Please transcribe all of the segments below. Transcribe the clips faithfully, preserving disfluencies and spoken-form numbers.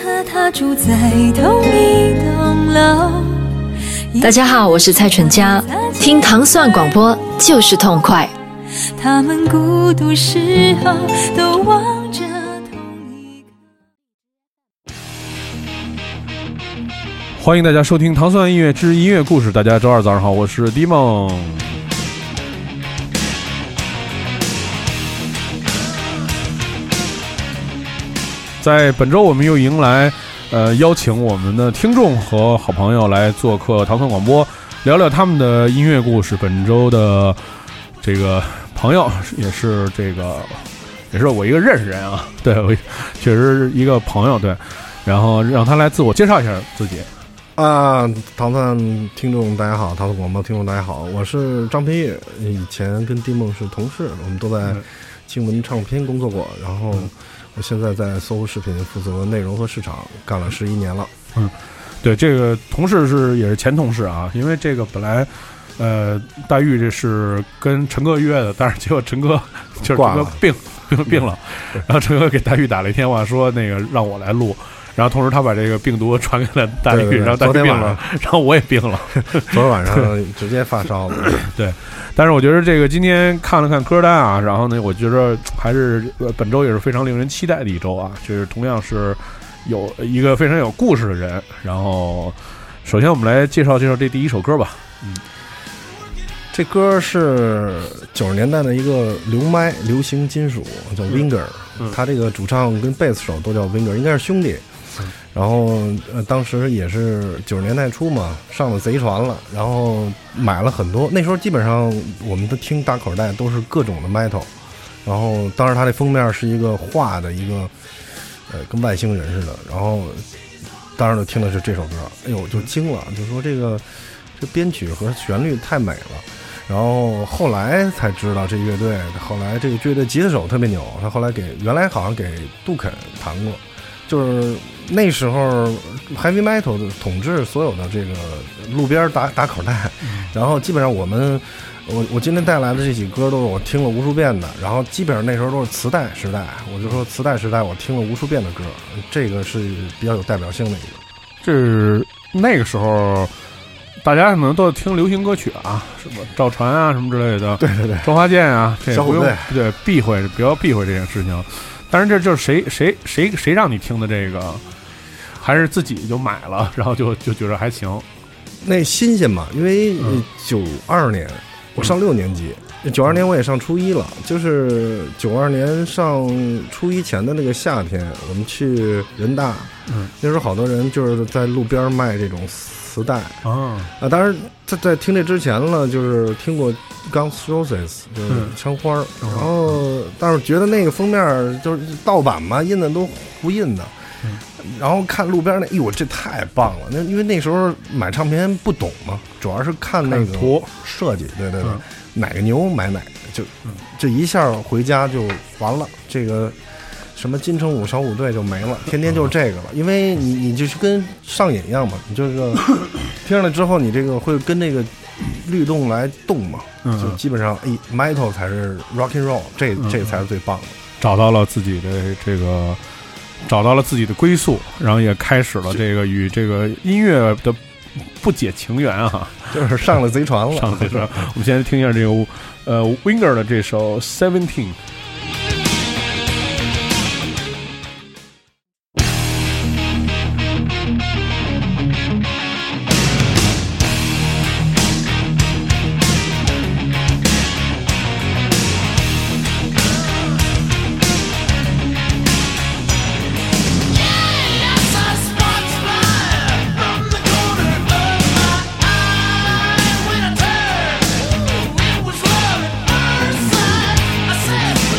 和他住在同一栋楼。 大家好，我是蔡淳佳，听糖蒜广播就是痛快。 他们孤独时候都望着同一个。 欢迎大家收听糖蒜音乐之音乐故事。大家周二早上好，我是迪梦。在本周我们又迎来呃邀请我们的听众和好朋友来做客糖蒜广播，聊聊他们的音乐故事。本周的这个朋友也是这个也是我一个认识人啊，对，我确实是一个朋友，对，然后让他来自我介绍一下自己。 啊，糖蒜听众大家好，糖蒜广播听众大家好，我是张培玉，以前跟迪梦是同事，我们都在青文唱片工作过，然后我现在在搜狐视频负责内容和市场，干了十一年了。 嗯，对，这个同事是也是前同事啊，因为这个本来呃大玉这是跟陈哥约的，但是结果陈哥就是陈哥病病病了，然后陈哥给大玉打了一电话说那个让我来录。然后同时他把这个病毒传给了大玉，然后大玉病了，然后我也病了， 昨天晚上直接发烧了。 对，但是我觉得这个今天看了看歌单啊，然后呢，我觉得还是本周也是非常令人期待的一周啊，就是同样是有一个非常有故事的人。然后，首先我们来介绍介绍这第一首歌吧。嗯， 这歌是九十年代的一个流麦流行金属，叫 Winger，嗯，他这个主唱跟贝斯手都叫 Winger， 应该是兄弟。然后呃，当时也是九十年代初嘛，上了贼船了，然后买了很多。那时候基本上我们都听大口袋都是各种的 metal， 然后当时它的封面是一个画的一个呃跟外星人似的，然后当时就听的是这首歌，哎呦就惊了，就说这个这编曲和旋律太美了。然后后来才知道这乐队，后来这个乐队吉他手特别牛，他后来给原来好像给杜肯弹过。就是那时候 heavy metal 的统治所有的这个路边打打口袋，然后基本上我们我我今天带来的这几歌都是我听了无数遍的，然后基本上那时候都是磁带时代，我就说磁带时代我听了无数遍的歌，这个是比较有代表性的一个。 这是那个时候大家可能都听流行歌曲啊，什么赵传啊什么之类的， 对对对， 周华健啊，这不用小对避讳，不要避讳这件事情。但是这就是谁谁谁谁让你听的这个，还是自己就买了，然后就就觉得还行。 那新鲜嘛，因为九二年、嗯、我上六年级，九二年我也上初一了，就是九二年上初一前的那个夏天，我们去人大，嗯，那时候好多人就是在路边卖这种磁带啊啊，当然在在听这之前了，就是听过 Guns Roses 就是枪花，嗯，然后但是觉得那个封面就是盗版嘛，印的都胡印的，嗯，然后看路边那，哎呦这太棒了！那因为那时候买唱片不懂嘛，主要是看那个图设计，对对对，嗯，哪个牛买哪个，就这一下回家就完了，这个。什么金城武小虎队就没了，天天就是这个了，因为你你就是跟上瘾一样嘛，你这个听上来之后，你这个会跟这个律动来动嘛，就基本上哎 metal 才是 rock and roll， 这这才是最棒的， 找到了自己的这个，找到了自己的归宿，然后也开始了这个与这个音乐的不解情缘啊， 就是上了贼船了， 上了贼船。我们现在听一下这个呃 Winger 的这首 Seventeen。 I said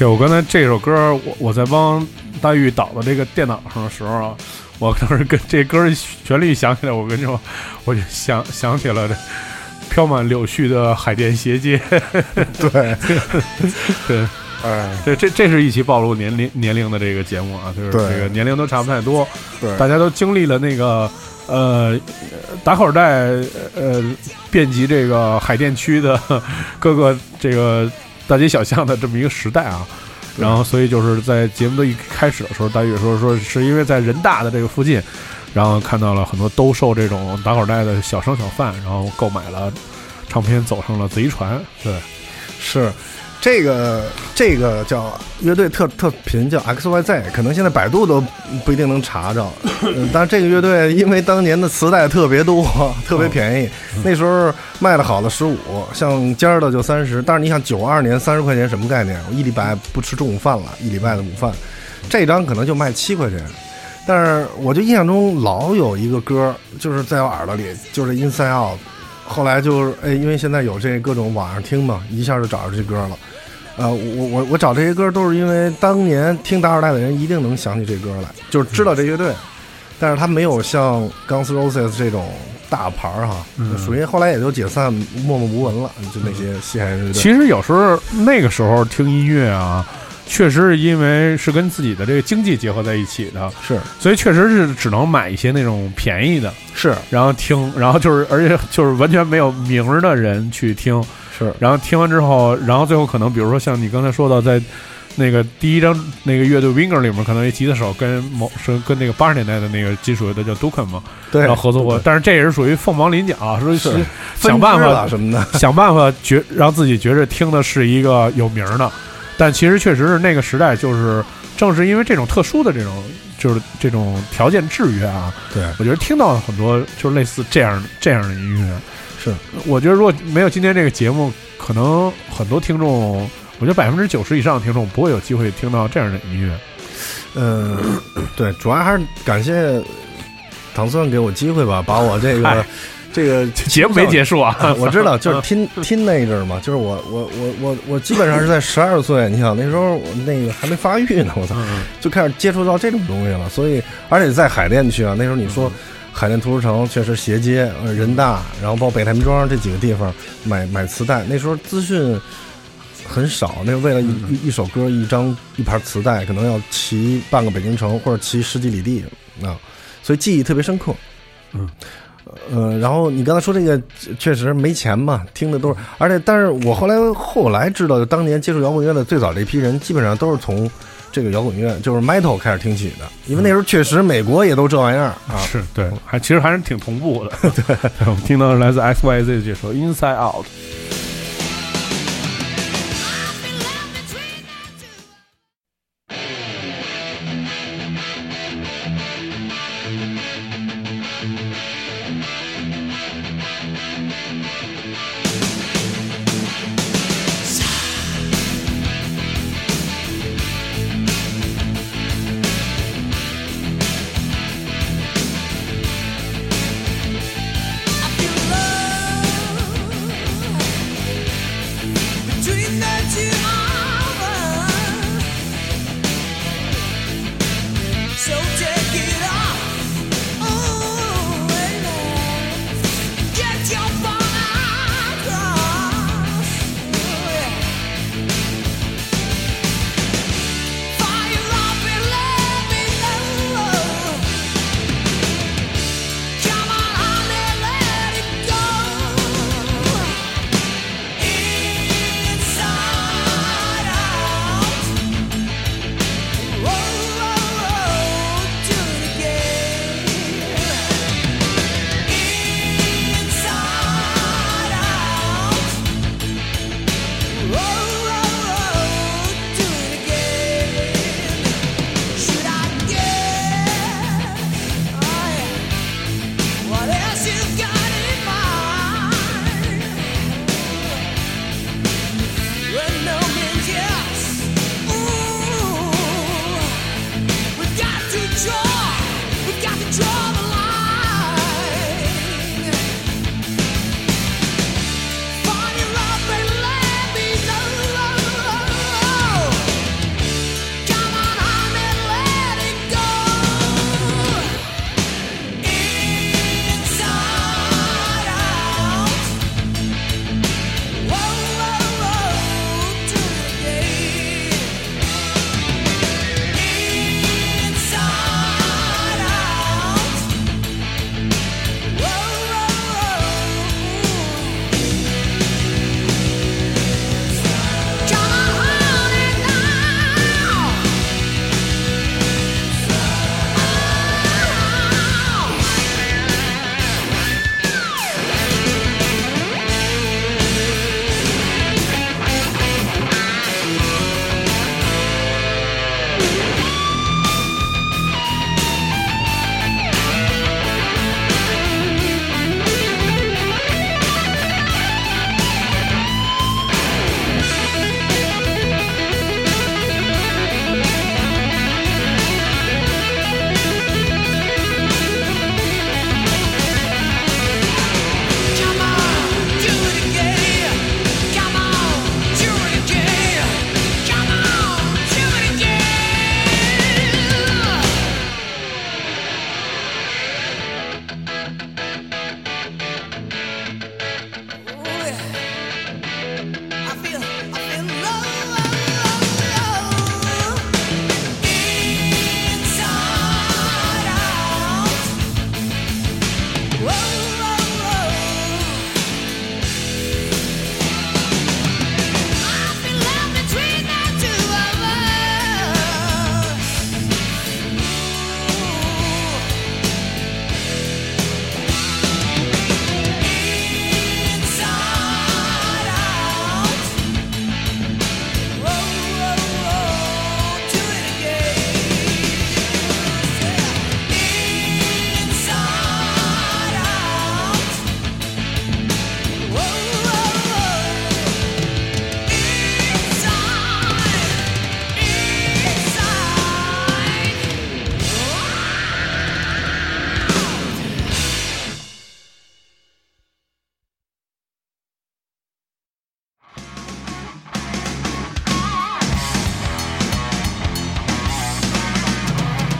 这我刚才这首歌，我我在帮大玉导的这个电脑上的时候啊，我当时跟这歌旋律响起来，我跟你说，我就想想起了这飘满柳絮的海淀斜街。 对对，哎，这这这是一期暴露年龄年龄的这个节目啊，就是这个年龄都差不太多， 对， 大家都经历了那个呃打口袋呃遍及这个海淀区的各个这个大街小巷的这么一个时代啊。然后所以就是在节目的一开始的时候，大约说说是因为在人大的这个附近，然后看到了很多兜售这种打口袋的小商小贩，然后购买了唱片，走上了贼船。对， 是这个这个叫乐队特特频叫 X Y Z， 可能现在百度都不一定能查着。嗯，但是这个乐队因为当年的磁带特别多，特别便宜，哦、那时候卖的好的十五，像尖儿的就三十。但是你想九二年三十块钱什么概念？我一礼拜不吃中午饭了，一礼拜的午饭，这张可能就卖七块钱。但是我就印象中老有一个歌，就是在我耳朵里，就是 Inside Out。后来就是哎，因为现在有这各种网上听嘛，一下就找着这歌了。呃，我我我找这些歌都是因为当年听打口袋的人一定能想起这歌来，就是知道这乐队，但是他没有像 Guns N' Roses 这种大牌哈，嗯、属于后来也就解散默默无闻了，就那些西海人乐队。 其实有时候那个时候听音乐啊，确实是因为是跟自己的这个经济结合在一起的， 是， 所以确实是只能买一些那种便宜的， 是， 然后听，然后就是而且就是完全没有名儿的人去听。 是， 然后听完之后，然后最后可能比如说像你刚才说到，在那个第一张那个乐队 Winger 里面，可能一吉他手跟某是跟那个八十年代的那个金属乐队叫 Dukan 嘛， 对， 然后合作过，但是这也是属于凤毛麟角，说是想办法什么的， 想办法觉让自己觉着听的是一个有名的，但其实确实是那个时代，就是正是因为这种特殊的这种就是这种条件制约啊， 对我觉得听到了很多就是类似这样这样的音乐。 是， 我觉得如果没有今天这个节目，可能很多听众，我觉得百分之九十以上的听众不会有机会听到这样的音乐。 嗯，对，主要还是感谢唐僧给我机会吧，把我这个这个节目没结束啊， 我知道，就是听听那阵儿嘛，就是我我我我我基本上是在十二岁，你想那时候我那个还没发育呢，我操，就开始接触到这种东西了，所以而且在海淀区啊，那时候你说。海淀图书城确实斜街、人大，然后包括北太平庄这几个地方买买磁带，那时候资讯很少，那为了一、嗯、一首歌一张一盘磁带，可能要骑半个北京城或者骑十几里地啊，所以记忆特别深刻。 嗯， 呃，然后你刚才说这个确实没钱嘛，听的都是，而且但是我后来后来知道，当年接触摇滚乐的最早这批人，基本上都是从。这个摇滚乐就是 metal 开始听起的，因为那时候确实美国也都这玩意儿啊， 是对，还其实还是挺同步的。对，我们听到来自 X Y Z 的这首 Inside Out。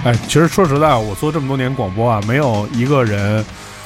哎，其实说实在，我做这么多年广播啊，没有一个人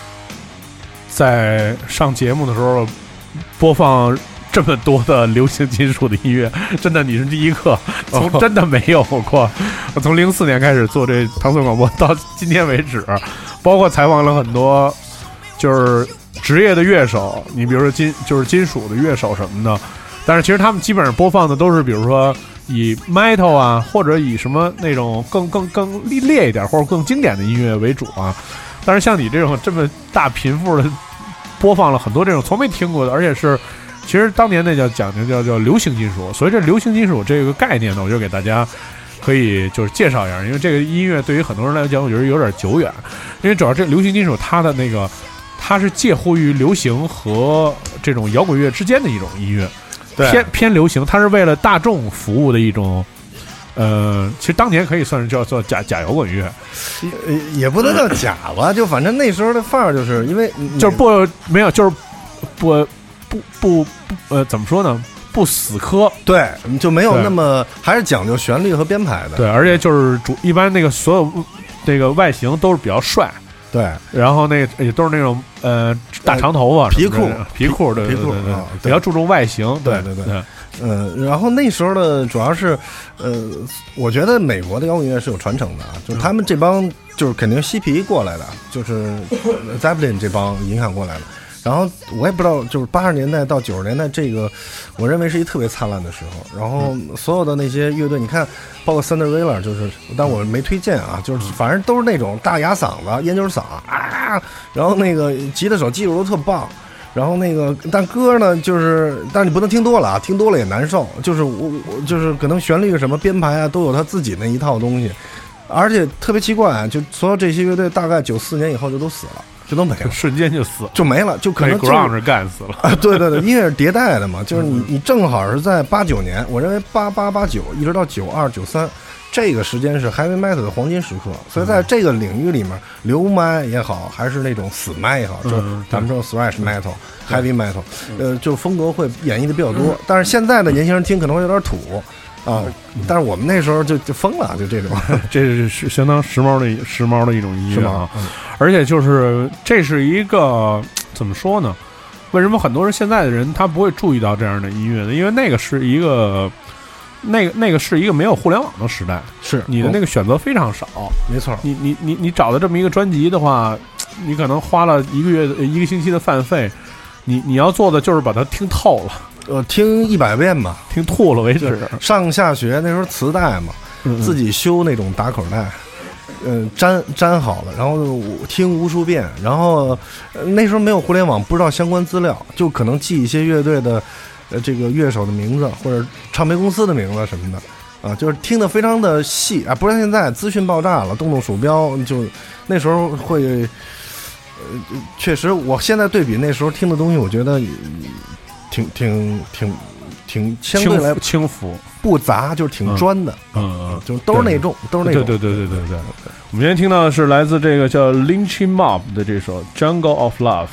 在上节目的时候播放这么多的流行金属的音乐，真的你是第一个，从真的没有过。我从零四年开始做这唐宋广播到今天为止，包括采访了很多就是职业的乐手，你比如说金就是金属的乐手什么的，但是其实他们基本上播放的都是比如说以 metal 啊，或者以什么那种更更更烈一点或者更经典的音乐为主啊。但是像你这种这么大频幅的播放了很多这种从没听过的，而且是其实当年那叫讲究叫叫流行金属。所以这流行金属这个概念呢，我就给大家可以就是介绍一下，因为这个音乐对于很多人来讲，我觉得有点久远，因为主要这流行金属它的那个它是介乎于流行和这种摇滚乐之间的一种音乐。偏偏流行，它是为了大众服务的一种，呃，其实当年可以算是叫做假假摇滚乐， 呃，也不能叫假吧，就反正那时候的范儿，就是因为就是不没有，就是不不不不呃，怎么说呢？不死磕， 对，就没有那么还是讲究旋律和编排的， 对，而且就是主一般那个所有那个外形都是比较帅。 对， 然后那也都是那种呃大长头发、 皮裤、 皮裤，对皮裤， 对对，比较注重外形， 对对对，嗯，然后那时候的主要是，呃，我觉得美国的摇滚乐是有传承的啊，就是他们这帮就是肯定嬉皮过来的，就是 Zeppelin 这帮影响过来的。然后我也不知道，就是八十年代到九十年代，这个我认为是一特别灿烂的时候。然后所有的那些乐队，你看，包括 Cinderella， 就是，但我没推荐啊，就是反正都是那种大哑嗓子、烟酒嗓啊，然后那个吉他手技术都特棒。然后那个，但歌呢，就是，但是你不能听多了啊，听多了也难受。就是我，我就是可能旋律什么编排啊，都有他自己那一套东西。而且特别奇怪，就所有这些乐队大概九四年以后就都死了。就都没了， 瞬间就死了， 就没了，就可能被 grunge 干死了。 啊，对对对，音乐是迭代的嘛，就是你你正好是在八九年，我认为八八八九一直到九二九三，这个时间是 heavy metal 的黄金时刻。所以在这个领域里面，流麦也好，还是那种死麦也好，就是咱们说 thrash metal、heavy metal， 呃，就风格会演绎的比较多。但是现在的年轻人听可能会有点土。啊！但是我们那时候就就疯了，就这种， 这是相当时髦的时髦的一种音乐啊！ 嗯、 而且就是这是一个怎么说呢？为什么很多人现在的人他不会注意到这样的音乐呢？因为那个是一个，那个那个是一个没有互联网的时代， 是你的那个选择非常少。 没错， 你你你你找的这么一个专辑的话，你可能花了一个月一个星期的饭费，你你要做的就是把它听透了。 呃，听一百遍嘛， 听吐了为止。 上下学那时候磁带嘛， 嗯嗯自己修那种打口带，嗯、呃，粘粘好了，然后听无数遍。然后、呃、那时候没有互联网，不知道相关资料，就可能记一些乐队的呃这个乐手的名字或者唱片公司的名字什么的啊，就是听得非常的细啊，不像现在资讯爆炸了，动动鼠标就那时候会，呃，确实，我现在对比那时候听的东西，我觉得。挺挺挺挺相对来轻浮不杂，就是挺专的， 嗯，嗯就都是那种，都是那种。 对对对对对对。我们今天听到的是来自这个叫 Lynchy Mob 的这首《Jungle of Love》。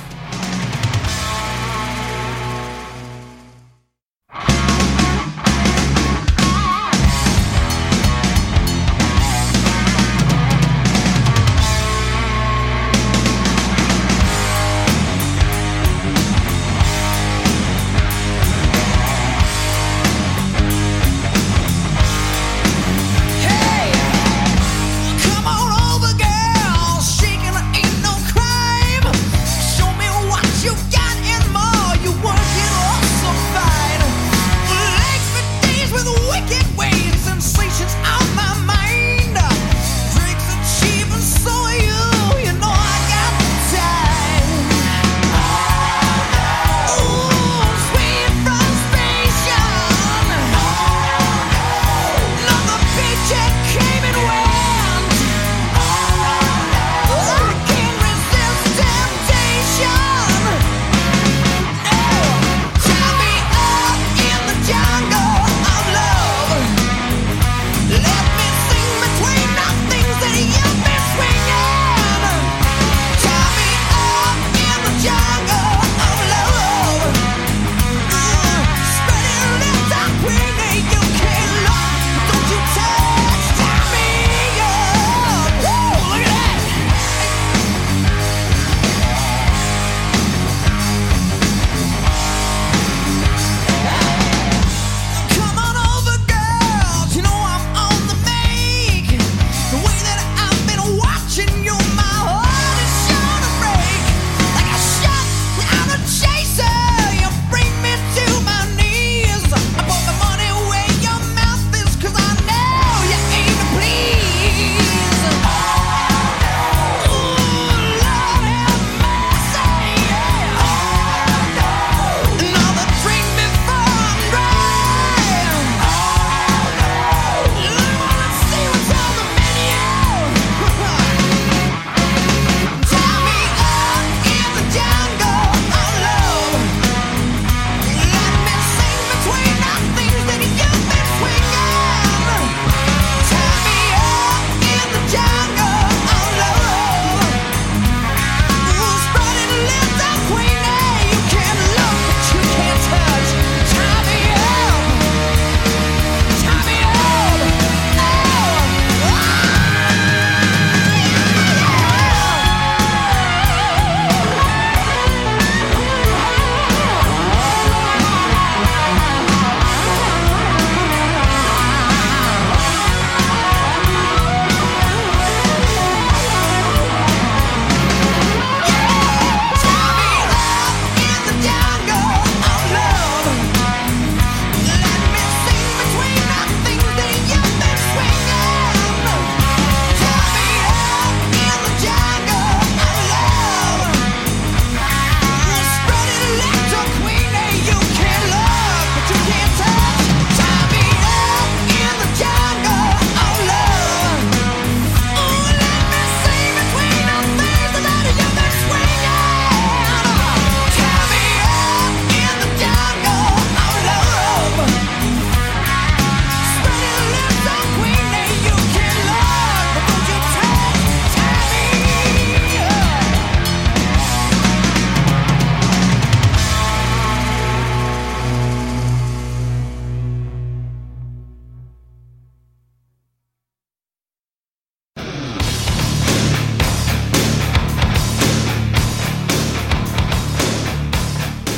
Come on over, girl, shaking ain't no crime. Show me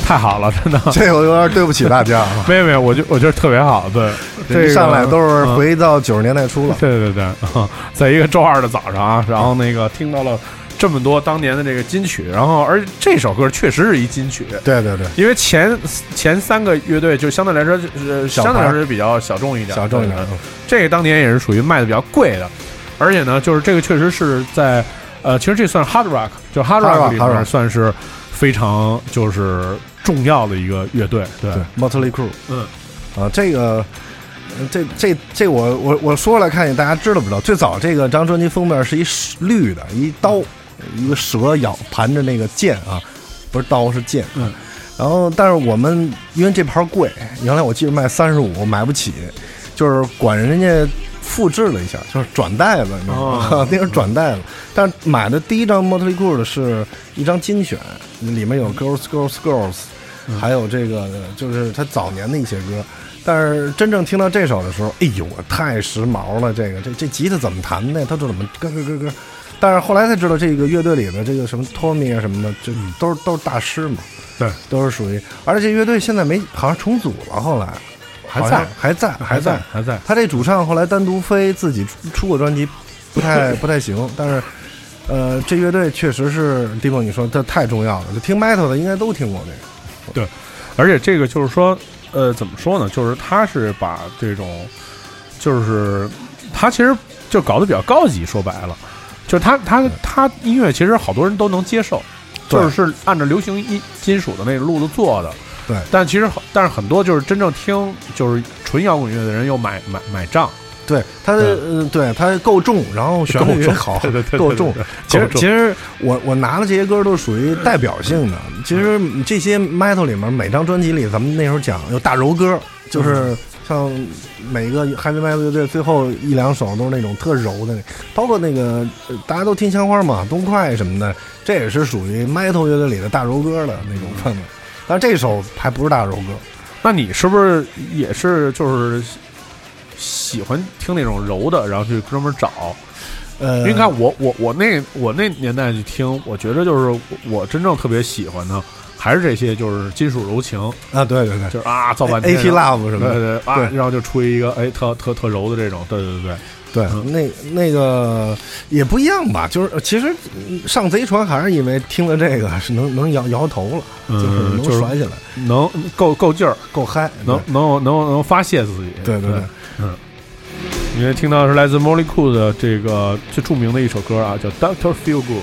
太好了，真的。 这我有点对不起大家啊。 没有没有，我觉我觉得特别好，对， 这一上来都是回到九十年代初了。 对对对，啊，在一个周二的早上啊，然后那个听到了这么多当年的这个金曲，然后而这首歌确实是一金曲。 对对对， 因为前前三个乐队就相对来说是相对来说比较小众一点， 小众一点。 这个当年也是属于卖的比较贵的，而且呢，就是这个确实是在呃，其实这算 hard rock， 就 hard rock 里面算是非常就是重要的一个乐队。对 ，Motley Crue。 嗯， 啊，这个。这这这我我我说来看见大家知道不知道？最早这个张专辑封面是一绿的，一刀，一个蛇咬盘着那个剑啊，不是刀是剑。 嗯。 然后，但是我们因为这盘贵，原来我记得卖三十五，买不起，就是管人家复制了一下，就是转带了，你知道吗？哦、那是转带了。但是买的第一张 Motley Crue 的是一张精选，里面有 Girls Girls Girls，、嗯、还有这个就是他早年的一些歌。但是真正听到这首的时候，哎呦，我太时髦了！这个这这吉他怎么弹的？他这怎么咯咯咯咯？但是后来才知道，这个乐队里的这个什么 Tommy 啊什么的，这都是都是大师嘛。 对， 都是属于。而且这乐队现在没，好像重组了，后来还在还在还在还在。 他这主唱后来单独飞自己出过专辑，不太不太行。但是，呃，这乐队确实是地方你说这太重要了。就听 metal 的应该都听过这个。 对，而且这个就是说。呃，怎么说呢？就是他是把这种，就是他其实就搞得比较高级。说白了，就是他他他音乐其实好多人都能接受，就是按照流行音金属的那个路子做的。 对， 但其实但是很多就是真正听就是纯摇滚乐的人又买买买账。 对他的嗯，对他够重，然后旋律也好， 对对对， 够重。其实其实我我拿的这些歌都属于代表性的。其实这些 metal 里面每张专辑里，咱们那时候讲有大柔歌，就是像每个 heavy metal 乐队最后一两首都是那种特柔的，包括那个大家都听香花嘛，东快什么的，这也是属于 metal 乐队里的大柔歌的那种氛围。但这首还不是大柔歌。 那你是不是也是就是？喜欢听那种柔的，然后去专门找，呃，因为你看我我我那我那年代去听，我觉得就是我真正特别喜欢的还是这些就是金属柔情啊，对对对， 就是啊造半天 A T Love 什么的， 对对啊，然后就出一个哎特特特柔的这种，对对对对，嗯、那那个也不一样吧，就是其实上贼船还是因为听了这个是能能摇摇头了， 嗯、 就是能甩起来， 能够够劲儿， 够嗨， 能能能能发泄自己， 对对对。 嗯，因为听到的是来自 Motley Crue 的这个最著名的一首歌啊，叫 Doctor Feel Good。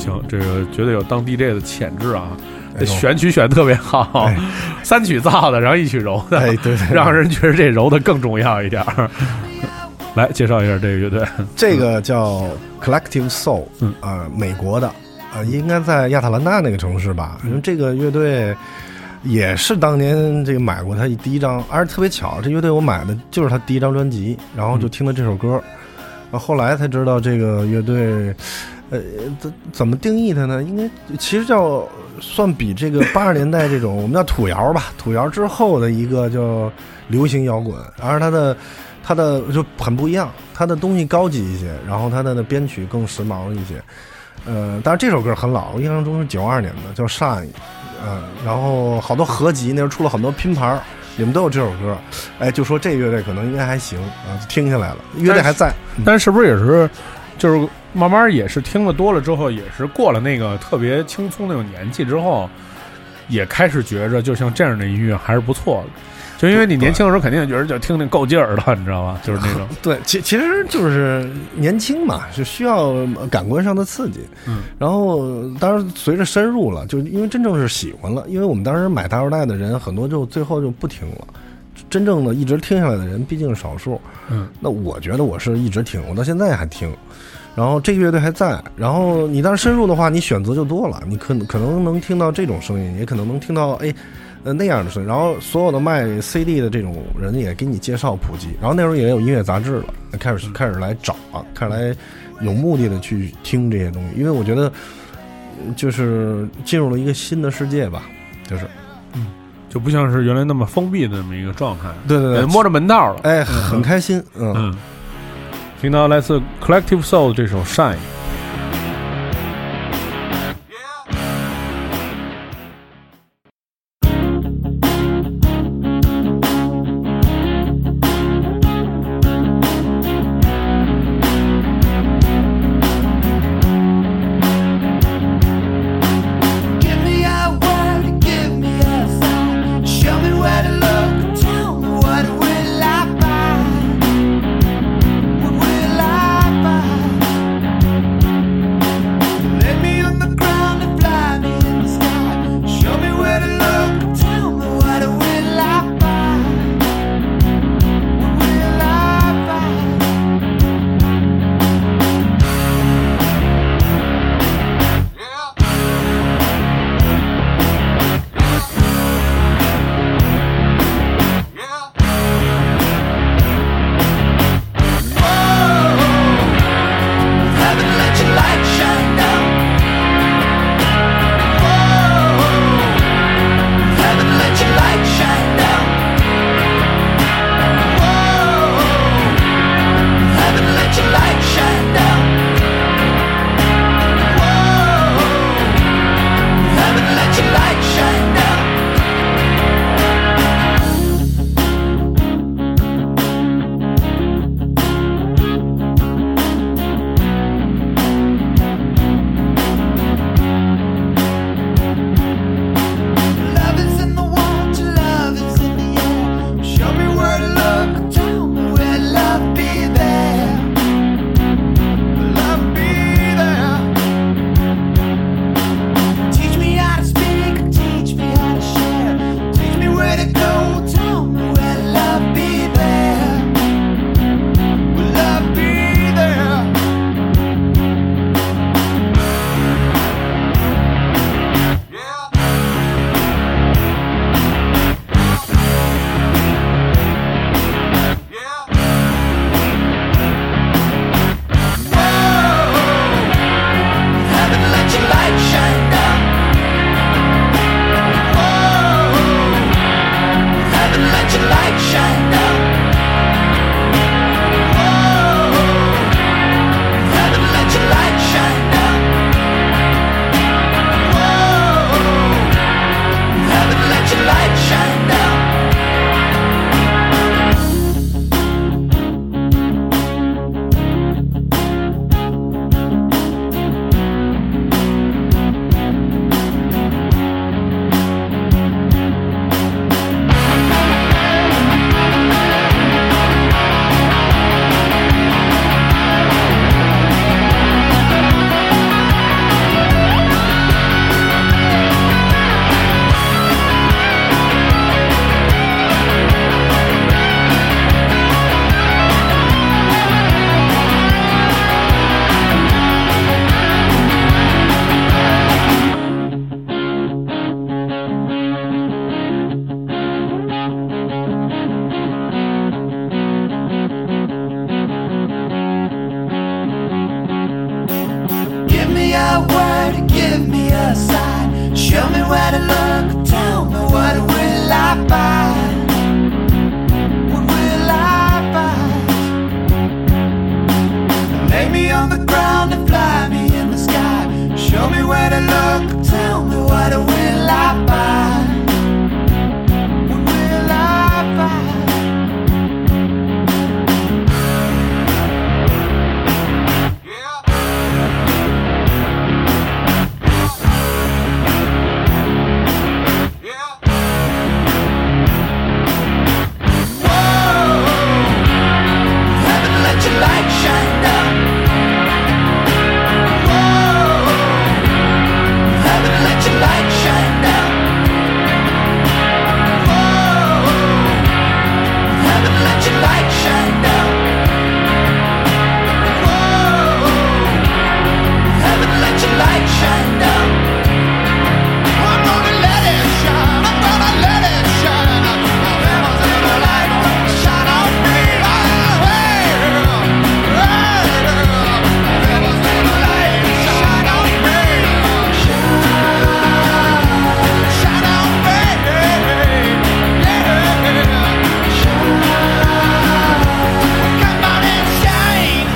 行，这个绝对有当 D J 的潜质啊！ 哎、 选曲选特别好， 哎、 三曲燥的，然后一曲柔的， 哎，对对， 让人觉得这柔的更重要一点。来介绍一下这个乐队， 这个叫 Collective Soul， 嗯啊、呃，美国的，啊、呃，应该在亚特兰大那个城市吧。因为这个乐队也是当年这个买过他第一张，而且特别巧，这乐队我买的就是他第一张专辑，然后就听了这首歌，然后后来才知道这个乐队，呃，怎怎么定义它呢？应该其实叫算比这个八十年代这种我们叫土摇吧，土摇之后的一个叫流行摇滚，而它的。它的就很不一样，它的东西高级一些，然后它的编曲更时髦一些。呃，当然这首歌很老，我印象中是九二年的，叫《Shine》。嗯，然后好多合集，那时候出了很多拼盘，你们都有这首歌。哎，就说这乐队可能应该还行啊，听下来了，乐队还在。 但是，但是不是也是，就是慢慢也是听了多了之后，也是过了那个特别青葱那种年纪之后，也开始觉着，就像这样的音乐还是不错的。就因为你年轻的时候肯定觉得就听听够劲儿了，你知道吧？就是那种对，其其实就是年轻嘛，是需要感官上的刺激。嗯，然后当然随着深入了，就因为真正是喜欢了，因为我们当时买大时代的人很多，就最后就不听了。真正的一直听下来的人毕竟是少数。嗯，那我觉得我是一直听，我到现在还听。然后这个乐队还在，然后你当时深入的话，你选择就多了，你可可能能听到这种声音，也可能能听到哎。呃，那样的声音，然后所有的卖 C D 的这种人也给你介绍普及，然后那时候也有音乐杂志了，开始开始来找啊，开始来有目的的去听这些东西，因为我觉得就是进入了一个新的世界吧，就是嗯，就不像是原来那么封闭的那么一个状态， 对对对， 摸着门道了， 哎，很开心，嗯嗯，听到来自 Collective Soul 这首 Shine。 Lay me on the ground and fly me in the sky. Show me where to look, tell me what will I find? What will I find? Yeah. Yeah. Whoa, haven't let your light shine down. Let your light shine down. Whoa, haven't let your light shine down. Whoa, haven't let your light shine down. I'm gonna let it shine. I'm gonna let it shine. Heaven's in the light, shine on me. Oh, hey, hey, heaven's in the light, shine on me. Shine on me, yeah. Come on and shine.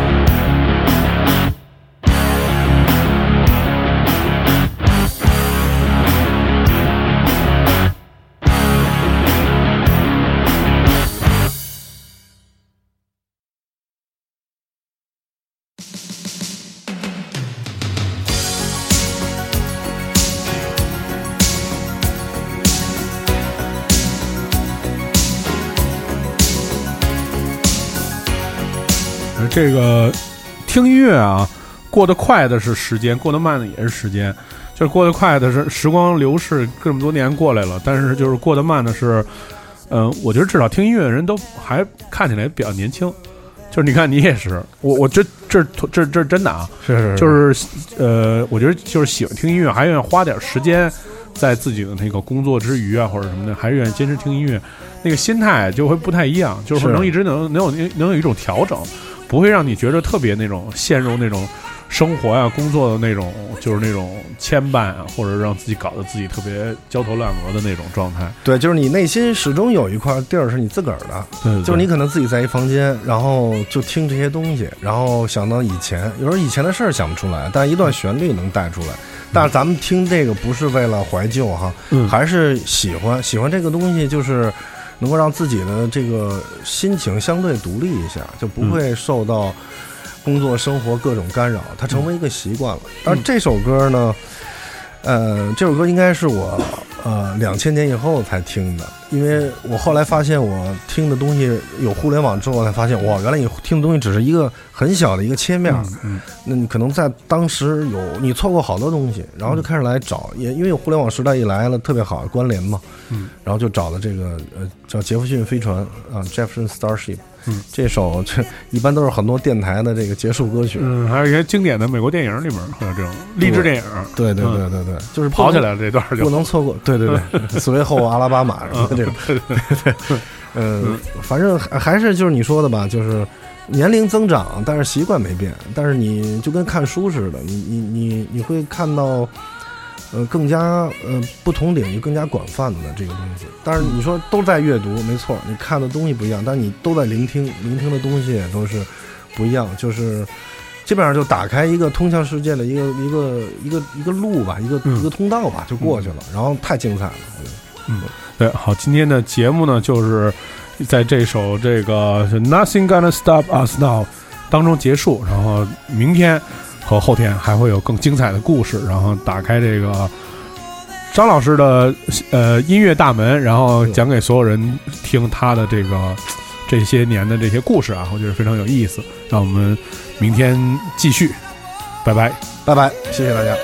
这个听音乐啊，过得快的是时间，过得慢的也是时间。就是过得快的是时光流逝，这么多年过来了，但是就是过得慢的是，嗯、呃，我觉得至少听音乐的人都还看起来比较年轻。就是你看你也是，我我这这这这是真的啊， 是是是， 就是呃，我觉得就是喜欢听音乐，还愿意花点时间在自己的那个工作之余啊，或者什么的，还是愿意坚持听音乐，那个心态就会不太一样，就是能一直能能有能有一种调整。不会让你觉得特别那种陷入那种生活呀、啊、工作的那种就是那种牵绊啊，或者让自己搞得自己特别焦头烂额的那种状态。 对，就是你内心始终有一块地儿是你自个儿的， 对对对， 就是你可能自己在一房间，然后就听这些东西，然后想到以前，有时候以前的事儿想不出来，但是一段旋律能带出来。但是咱们听这个不是为了怀旧哈，嗯、还是喜欢喜欢这个东西，就是能够让自己的这个心情相对独立一下，就不会受到工作生活各种干扰，它成为一个习惯了。但是这首歌呢，呃，这首歌应该是我呃两千年以后才听的，因为我后来发现我听的东西有互联网之后才发现，哇，原来你听的东西只是一个很小的一个切面，嗯嗯，那你可能在当时有你错过好多东西，然后就开始来找，也因为有互联网时代一来了，特别好关联嘛，嗯，然后就找了这个呃叫杰弗逊飞船啊 ，Jefferson Starship。嗯，这首这一般都是很多电台的这个结束歌曲。 嗯，还有一些经典的美国电影里面会有这种励志电影。 对对对对对，就是跑起来了这段就不能错过。对对对，随后阿拉巴马什么的这种。对对对，嗯，反正还是就是你说的吧，就是年龄增长，但是习惯没变。但是你就跟看书似的，你你你你会看到。呃，更加呃不同领域更加广泛的这个东西，但是你说都在阅读，没错，你看的东西不一样，但是你都在聆听，聆听的东西也都是不一样，就是基本上就打开一个通向世界的一个一个一个一个路吧，一个、嗯、一个通道吧，就过去了，然后太精彩了。 嗯，对，好，今天的节目呢，就是在这首这个 Nothing Gonna Stop Us Now 当中结束，然后明天和后天还会有更精彩的故事，然后打开这个张老师的呃音乐大门，然后讲给所有人听他的这个这些年的这些故事啊，我觉得非常有意思。让我们明天继续，拜拜， 拜拜，谢谢大家。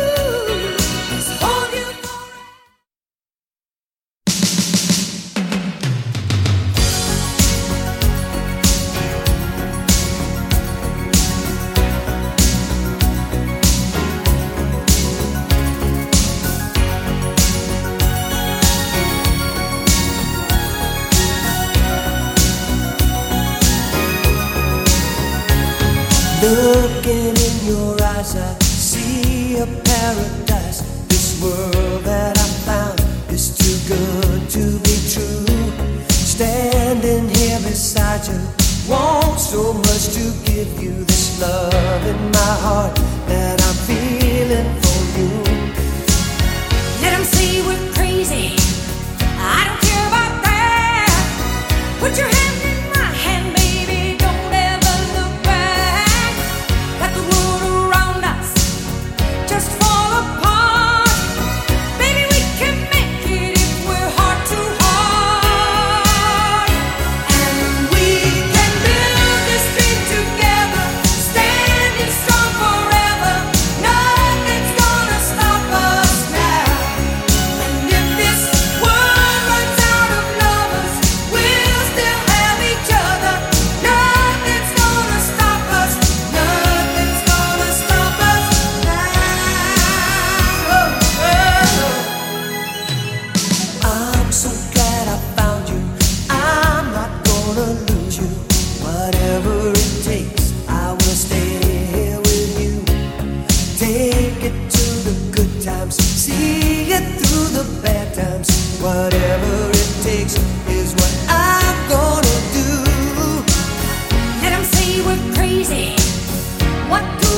Looking in your eyes, I see a paradise. This world that I found is too good to be true. Standing here beside you, want so much to give you this love in my heart that I'm feeling for you. Let them say we're crazy, I don't care about that. Put your hand in my hand, baby, don't ever look back. Let the world around us just fall apart. Baby, we can make it if we're heart to heart. And we can build this dream together, standing strong forever. Nothing's gonna stop us now. And if this world runs out of lovers, we'll still have each other. Nothing's gonna stop us. Nothing's gonna stop us now. I'm so glad I found you. I'm not gonna lose you. Whatever it takes, I will stay here with you. Take it to the good times, see it through the bad times. Whatever it takes is what I'm gonna do. Let them say we're crazy. What do